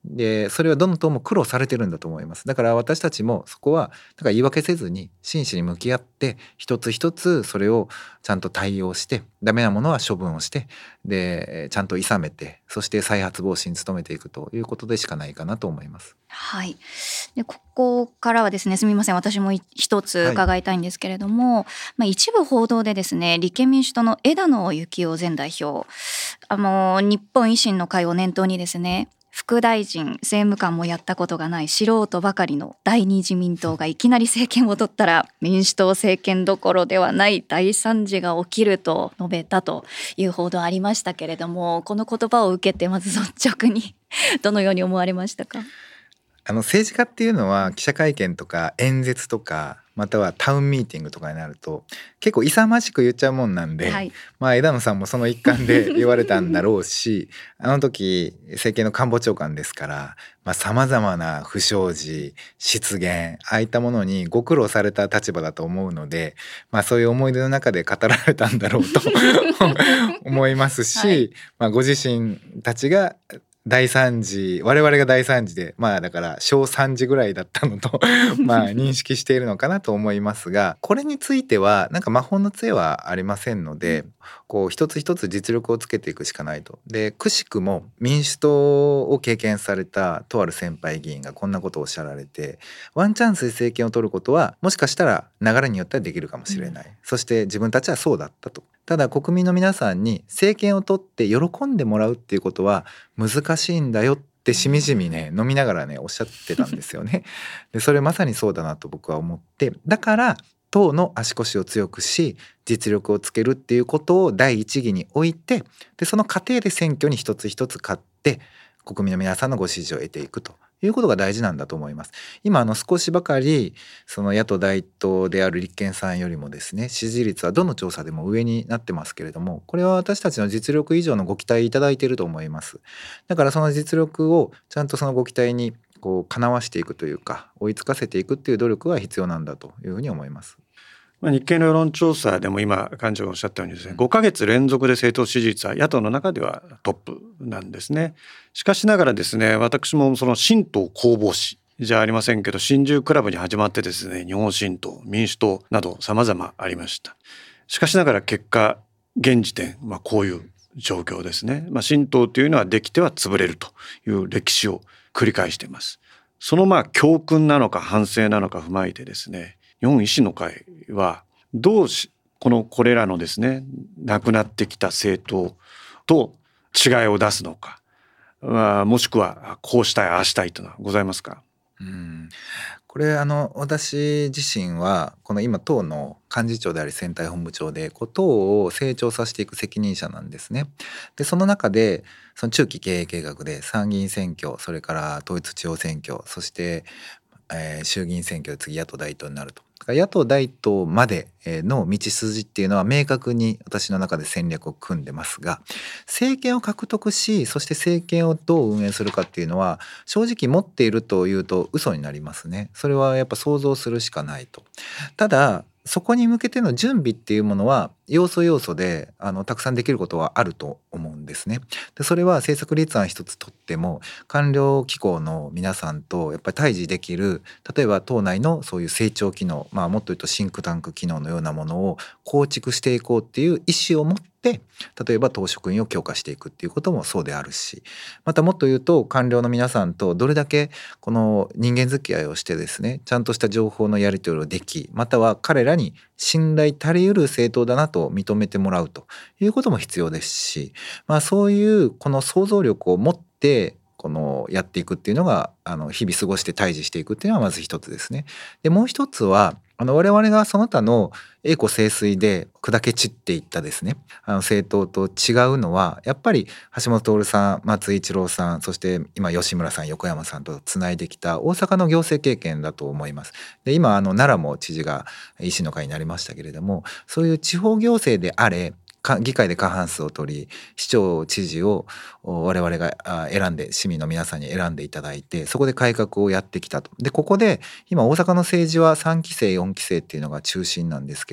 でそれはどの党も苦労されてるんだと思います。だから私たちもそこはだから言い訳せずに真摯に向き合って一つ一つそれをちゃんと対応してダメなものは処分をしてでちゃんと諌めてそして再発防止に努めていくということでしかないかなと思います。
はい、でここからはですねすみません私も一つ伺いたいんですけれども、はい、まあ、一部報道でですね立憲民主党の枝野幸男前代表あの日本維新の会を念頭にですね副大臣政務官もやったことがない素人ばかりの第二自民党がいきなり政権を取ったら民主党政権どころではない大惨事が起きると述べたという報道ありましたけれども、この言葉を受けてまず率直にどのように思われましたか？
あの政治家っていうのは記者会見とか演説とかまたはタウンミーティングとかになると結構勇ましく言っちゃうもんなんで、はい、まあ枝野さんもその一環で言われたんだろうしあの時政権の官房長官ですからさまざ、まな不祥事失言ああいったものにご苦労された立場だと思うので、まあ、そういう思い出の中で語られたんだろうと思いますし、はい、まあ、ご自身たちが大惨事我々が大惨事でまあだから小惨事ぐらいだったのとまあ認識しているのかなと思いますがこれについてはなんか魔法の杖はありませんのでこう一つ一つ実力をつけていくしかないと。でくしくも民主党を経験されたとある先輩議員がこんなことをおっしゃられてワンチャンスで政権を取ることはもしかしたら流れによってはできるかもしれない、うん、そして自分たちはそうだったと。ただ国民の皆さんに政権を取って喜んでもらうっていうことは難しいんだよってしみじみね飲みながらねおっしゃってたんですよね。でそれまさにそうだなと僕は思ってだから党の足腰を強くし実力をつけるっていうことを第一義に置いてでその過程で選挙に一つ一つ勝って国民の皆さんのご支持を得ていくということが大事なんだと思います。今あの少しばかりその野党第一党である立憲さんよりもですね支持率はどの調査でも上になってますけれどもこれは私たちの実力以上のご期待いただいていると思います。だからその実力をちゃんとそのご期待にこうかなわしていくというか追いつかせていくっていう努力は必要なんだというふうに思います。
まあ、日経の世論調査でも今幹事がおっしゃったようにですね、ごかげつ連続で政党支持率は野党の中ではトップなんですね。しかしながらですね私もその新党公募誌じゃありませんけど新自由クラブに始まってですね日本新党民主党など様々ありました。しかしながら結果現時点、まあ、こういう状況ですね、まあ、新党というのはできては潰れるという歴史を繰り返しています。そのまあ教訓なのか反省なのか踏まえてですね日本維新の会はどうしこのこれらのですねなくなってきた政党と違いを出すのか、まあ、もしくはこうしたいああしたいというのはございますか？
うんこれあの私自身はこの今党の幹事長であり選対本部長でこう党を成長させていく責任者なんですね。でその中でその中期経営計画で参議院選挙それから統一地方選挙そして、えー、衆議院選挙で次野党第一党になると野党第一党までの道筋っていうのは明確に私の中で戦略を組んでますが政権を獲得しそして政権をどう運営するかっていうのは正直持っているというと嘘になりますね。それはやっぱ想像するしかないと。ただそこに向けての準備っていうものは要素要素であのたくさんできることはあると思うんですね。でそれは政策立案一つとっても官僚機構の皆さんとやっぱり対峙できる例えば党内のそういう成長機能、まあ、もっと言うとシンクタンク機能のようなものを構築していこうっていう意思を持って例えば党職員を強化していくっていうこともそうであるしまたもっと言うと官僚の皆さんとどれだけこの人間付き合いをしてですねちゃんとした情報のやり取りをできまたは彼らに信頼足りうる政党だなと認めてもらうということも必要ですし、まあ、そういうこの想像力を持ってこのやっていくっていうのがあの日々過ごして対峙していくっていうのはまず一つですね。でもう一つはあの我々がその他の栄枯盛衰で砕け散っていったですねあの政党と違うのはやっぱり橋本徹さん松井一郎さんそして今吉村さん横山さんとつないできた大阪の行政経験だと思います。で今あの奈良も知事が維新の会になりましたけれどもそういう地方行政であれ議会で過半数を取り市長知事を我々が選んで市民の皆さんに選んでいただいてそこで改革をやってきたと。でここで今大阪の政治はさんきせいよんきせいっていうのが中心なんですけれど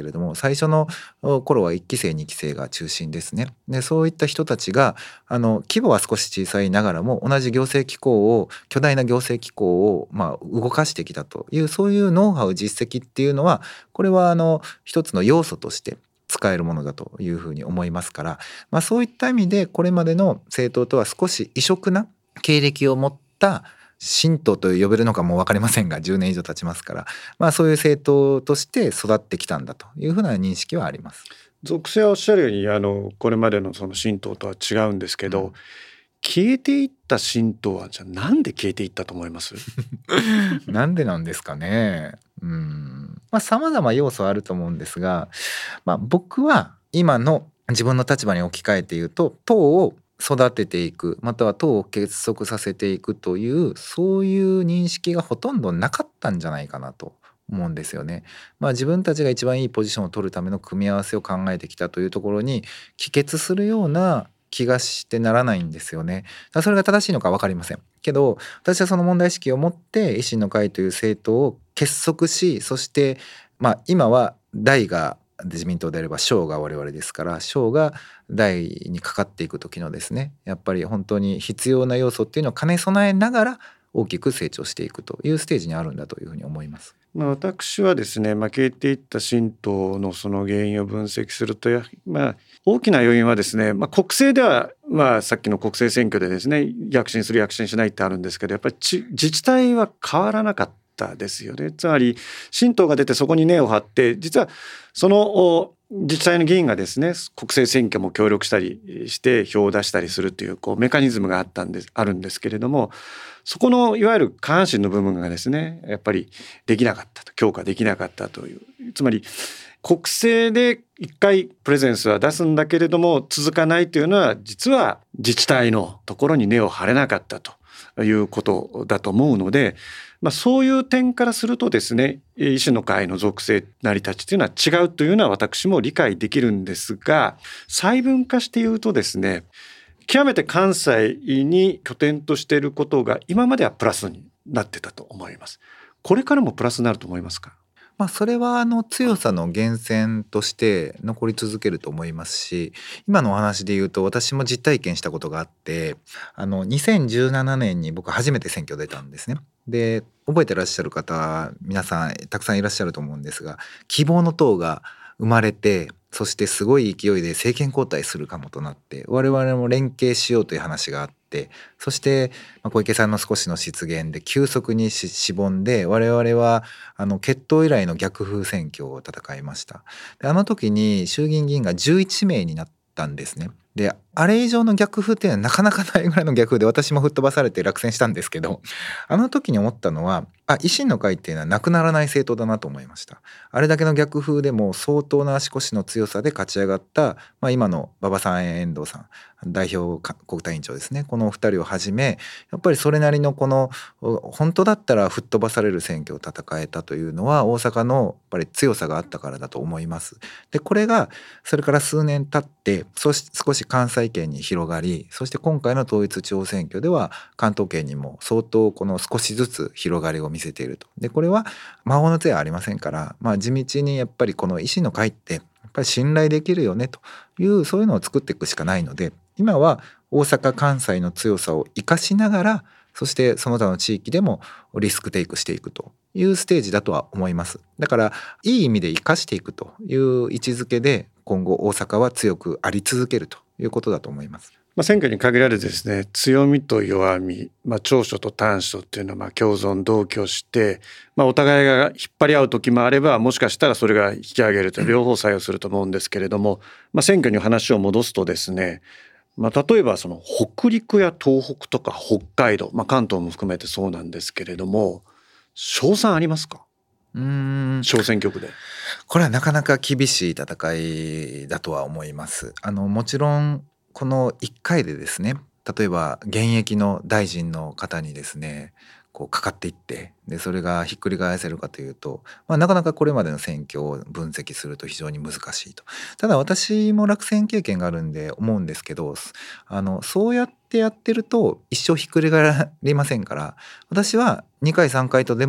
けれども、最初の頃はいっき生にき生が中心ですね。でそういった人たちがあの規模は少し小さいながらも同じ行政機構を巨大な行政機構をまあ動かしてきたという、そういうノウハウ実績っていうのは、これはあの一つの要素として使えるものだというふうに思いますから、まあ、そういった意味でこれまでの政党とは少し異色な経歴を持った新党と呼べるのかも分かりませんが、じゅうねん以上経ちますから、まあ、そういう政党として育ってきたんだというふうな認識はあります。
属性はおっしゃるようにあのこれまでのその新党とは違うんですけど、うん、消えていった新党はじゃあなんで消えていったと思います
なんでなんですかね。うんまあ様々要素あると思うんですが、まあ、僕は今の自分の立場に置き換えて言うと、党を育てていく、または党を結束させていくという、そういう認識がほとんどなかったんじゃないかなと思うんですよね。まあ、自分たちが一番いいポジションを取るための組み合わせを考えてきたというところに帰結するような気がしてならないんですよね。だからそれが正しいのか分かりませんけど、私はその問題意識を持って維新の会という政党を結束し、そしてまあ今は大が自民党であれば小が我々ですから、小が大にかかっていく時のですね、やっぱり本当に必要な要素っていうのを兼ね備えながら大きく成長していくというステージにあるんだというふうに思います。
まあ、私はですね、まあ、消えていった新党のその原因を分析すると、や、まあ、大きな要因はですね、まあ、国政では、まあ、さっきの国政選挙でですね、躍進する躍進しないってあるんですけど、やっぱりち自治体は変わらなかったですよね。つまり新党が出てそこに根を張って、実はその自治体の議員がですね、国政選挙も協力したりして票を出したりするっていう、こうメカニズムがあったんですあるんですけれども、そこのいわゆる下半身の部分がですね、やっぱりできなかったと、強化できなかったという、つまり国政で一回プレゼンスは出すんだけれども続かないというのは、実は自治体のところに根を張れなかったということだと思うので、まあ、そういう点からするとですね、維新の会の属性成り立ちというのは違うというのは私も理解できるんですが、細分化して言うとですね、極めて関西に拠点としていることが今まではプラスになってたと思います。これからもプラスになると思いますか？
まあ、それはあの強さの源泉として残り続けると思いますし、今のお話で言うと私も実体験したことがあって、あのにせんじゅうななねんに僕初めて選挙出たんですね。で覚えてらっしゃる方皆さんたくさんいらっしゃると思うんですが、希望の党が生まれて、そしてすごい勢いで政権交代するかもとなって、我々も連携しようという話があって、そして小池さんの少しの失言で急速にしぼんで、我々はあの決闘以来の逆風選挙を戦いました。であの時に衆議院議員がじゅういちめいになったんですね。であれ以上の逆風っていうのはなかなかないぐらいの逆風で、私も吹っ飛ばされて落選したんですけど、あの時に思ったのは、あ維新の会っていうのはなくならない政党だなと思いました。あれだけの逆風でも相当な足腰の強さで勝ち上がった、まあ、今の馬場さん遠藤さん代表国対委員長ですね、このお二人をはじめ、やっぱりそれなりのこの本当だったら吹っ飛ばされる選挙を戦えたというのは大阪のやっぱり強さがあったからだと思います。でこれがそれから数年経ってそし少し関西圏に広がり、そして今回の統一地方選挙では関東圏にも相当この少しずつ広がりを見せていると。でこれは魔法の手はありませんから、まあ、地道にやっぱりこの維新の会ってやっぱり信頼できるよねという、そういうのを作っていくしかないので、今は大阪関西の強さを生かしながら、そしてその他の地域でもリスクテイクしていくというステージだとは思います。だからいい意味で生かしていくという位置づけで今後大阪は強くあり続けるということだと思います。
まあ、選挙に限られてですね、強みと弱み、まあ、長所と短所っていうのはまあ共存同居して、まあ、お互いが引っ張り合う時もあれば、もしかしたらそれが引き上げると両方作用すると思うんですけれども、まあ、選挙に話を戻すとですね、まあ、例えばその北陸や東北とか北海道、まあ、関東も含めてそうなんですけれども、勝算ありますか？
うーん
小選挙区で。
これはなかなか厳しい戦いだとは思います。あのもちろんこのいっかいでですね、例えば現役の大臣の方にですねこうかかっていって、でそれがひっくり返せるかというと、まあ、なかなかこれまでの選挙を分析すると非常に難しいと。ただ私も落選経験があるんで思うんですけど、あのそうやってやってると一生ひっくり返りませんから、私はにかいさんかいとでも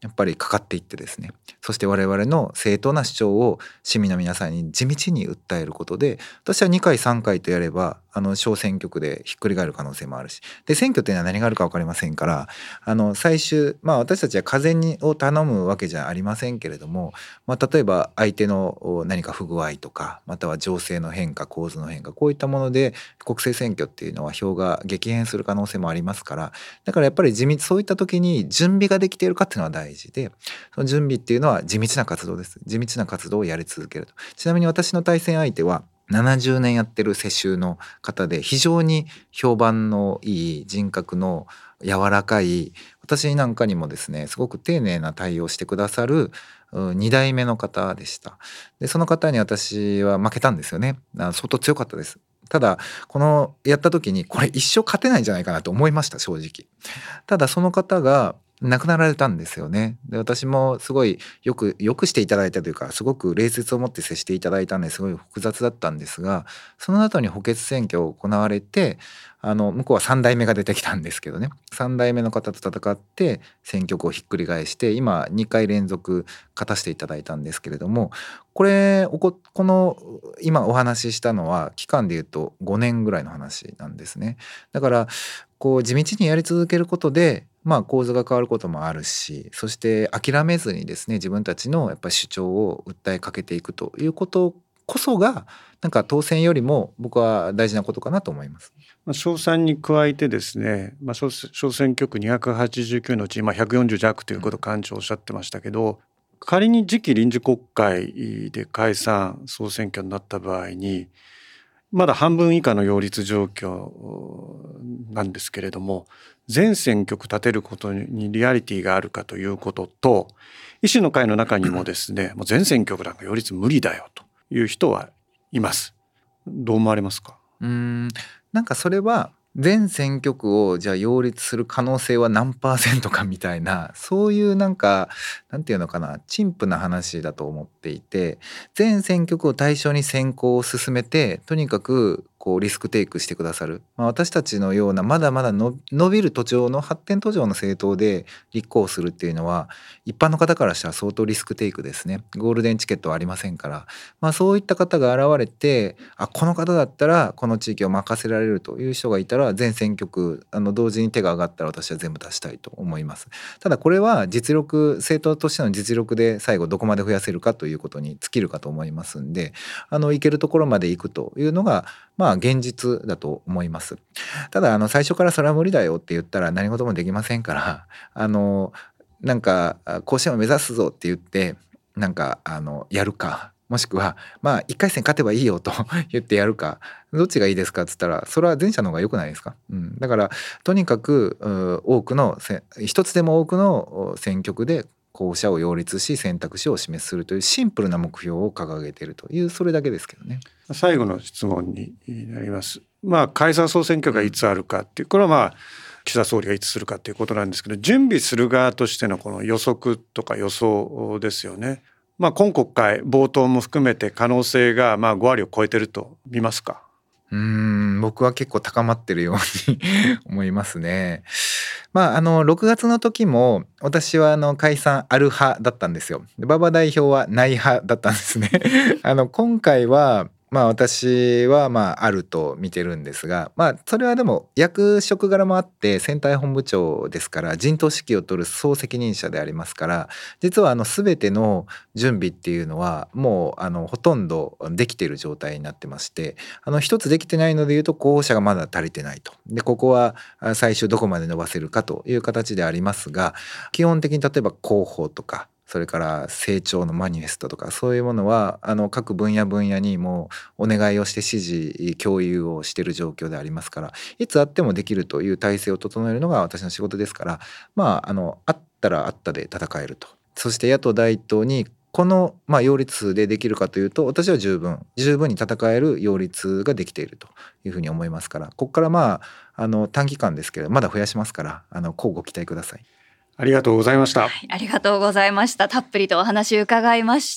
やっぱりかかっていってですね、そして我々の正当な主張を市民の皆さんに地道に訴えることで、私はにかいさんかいとやればあの小選挙区でひっくり返る可能性もあるし、で選挙というのは何があるか分かりませんから、あの最終、まあ、私たちは風にを頼むわけじゃありませんけれども、まあ、例えば相手の何か不具合とか、または情勢の変化、構図の変化、こういったもので国政選挙っていうのは票が激変する可能性もありますから、だからやっぱり地道、そういった時に準備ができているかっていうのは大事で、その準備っていうのは地道な活動です。地道な活動をやり続けると。ちなみに私の対戦相手はななじゅうねんやってる世襲の方で、非常に評判のいい、人格の柔らかい、私なんかにもですねすごく丁寧な対応してくださるに代目の方でした。でその方に私は負けたんですよね。相当強かったです。ただこのやった時にこれ一生勝てないんじゃないかなと思いました、正直。ただその方が亡くなられたんですよね。で私もすごいよくよくしていただいたというか、すごく礼節を持って接していただいたんですごい複雑だったんですが、その後に補欠選挙を行われて、あの向こうはさん代目が出てきたんですけどね、さん代目の方と戦って選挙区をひっくり返して、今にかい連続勝たせていただいたんですけれども、これおここの今お話ししたのは期間でいうとごねんぐらいの話なんですね。だからこう地道にやり続けることで、まあ、構図が変わることもあるし、そして諦めずにですね自分たちのやっぱり主張を訴えかけていくということこそが、なんか当選よりも僕は大事なことかなと思います。
小さんに加えてですね、まあ、小, 小選挙区にひゃくはちじゅうきゅうのうち今ひゃくよんじゅう弱ということを幹事長おっしゃってましたけど、仮に次期臨時国会で解散総選挙になった場合にまだ半分以下の擁立状況なんですけれども、全選挙区立てることにリアリティがあるかということと、維新の会の中にもですねもう全選挙区なんか擁立無理だよという人はいます。どう思われますか？
うーんなんかそれは全選挙区をじゃあ擁立する可能性は何パーセントかみたいな、そういうなんかなんていうのかな、陳腐な話だと思っていて、全選挙区を対象に選考を進めて、とにかくこうリスクテイクしてくださる、まあ、私たちのようなまだまだの伸びる途上の発展途上の政党で立候補するっていうのは一般の方からしたら相当リスクテイクですね。ゴールデンチケットはありませんから、まあ、そういった方が現れて、あこの方だったらこの地域を任せられるという人がいたら、全選挙区あの同時に手が挙がったら私は全部出したいと思います。ただこれは実力、政党としての実力で最後どこまで増やせるかということに尽きるかと思いますんで、あの行けるところまで行くというのがまあ現実だと思います。ただあの最初からそれは無理だよって言ったら何事もできませんから、あのなんか甲子園を目指すぞって言ってなんかあのやるか、もしくはまあいっかい戦勝てばいいよと言ってやるか、どっちがいいですかっつったらそれは前者の方が良くないですか、うん、だからとにかく多くの一つでも多くの選挙区で候補者を擁立し選択肢を示するというシンプルな目標を掲げているという、それだけですけどね。
最後の質問になります。まあ解散総選挙がいつあるかっていう、これはまあ岸田総理がいつするかということなんですけど、準備する側としてのこの予測とか予想ですよね。まあ今国会冒頭も含めて可能性がまあご割を超えてると見ますか？
うーん僕は結構高まってるように思いますね。まああのろくがつの時も私はあの解散ある派だったんですよ。馬場代表はない派だったんですねあの今回はまあ私はまああると見てるんですが、まあそれはでも役職柄もあって選対本部長ですから、陣頭指揮を取る総責任者でありますから、実はあの全ての準備っていうのはもうあのほとんどできている状態になってまして、あの一つできてないのでいうと候補者がまだ足りてないと。でここは最終どこまで伸ばせるかという形でありますが、基本的に例えば広報とかそれから成長のマニフェストとかそういうものはあの各分野分野にもお願いをして指示共有をしている状況でありますから、いつあってもできるという体制を整えるのが私の仕事ですから、まああのあったらあったで戦えると。そして野党第一党にこのまあ擁立数でできるかというと、私は十分十分に戦える擁立ができているというふうに思いますから、ここからまああの短期間ですけどまだ増やしますから、あの乞うご期待ください。
ありがとうございました、
はい、ありがとうございました。たっぷりとお話伺いました。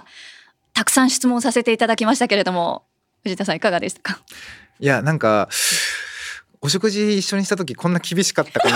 たくさん質問させていただきましたけれども、藤田さんいかがですか？
いやなんかお食事一緒にした時こんな厳しかったか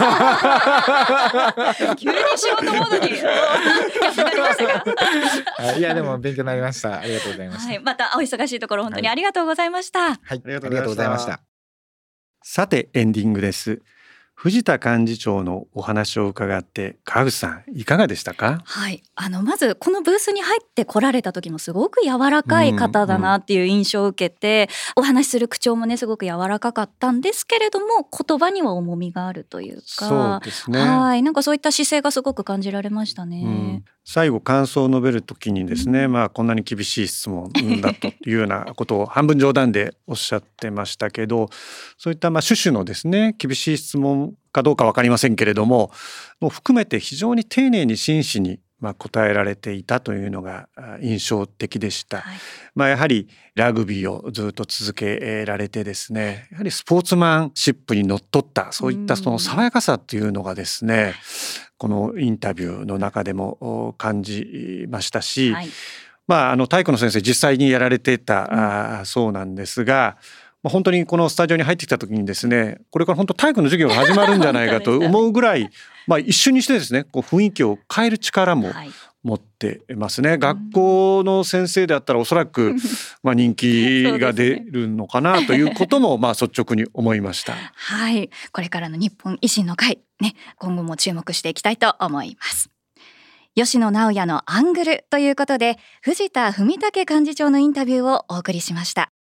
な急に仕事モードにギャップがありました
がいやでも勉強になりました。ありがとうございました、
はい、またお忙しいところ本当にありがとうございました。はい、
はい、ありがとうございました。
さてエンディングです。藤田幹事長のお話を伺って川口さんいかがでしたか？
はい、あのまずこのブースに入って来られた時もすごく柔らかい方だなっていう印象を受けて、うんうん、お話しする口調もねすごく柔らかかったんですけれども言葉には重みがあるというか、
そうですね、
はい、なんかそういった姿勢がすごく感じられましたね、うん、
最後感想を述べる時にですね、うん、まあこんなに厳しい質問だというようなことを半分冗談でおっしゃってましたけど、そういったまあ種々のですね厳しい質問かどうか分かりませんけれどももう含めて非常に丁寧に真摯にまあ答えられていたというのが印象的でした、はい、まあ、やはりラグビーをずっと続けられてですねやはりスポーツマンシップにのっとったそういったその爽やかさっていうのがですねこのインタビューの中でも感じましたし、はい、まあ、あの体育の先生実際にやられてた、うん、そうなんですが本当にこのスタジオに入ってきた時にですねこれから本当体育の授業が始まるんじゃないかと思うぐらい、まあ、一瞬にしてですねこう雰囲気を変える力も持ってますね、はい、学校の先生であったらおそらくまあ人気が出るのかなということもまあ率直に思いました。
はい、これからの日本維新の会ね今後も注目していきたいと思います。吉野直也のアングルということで藤田文武幹事長のインタビューをお送りしました。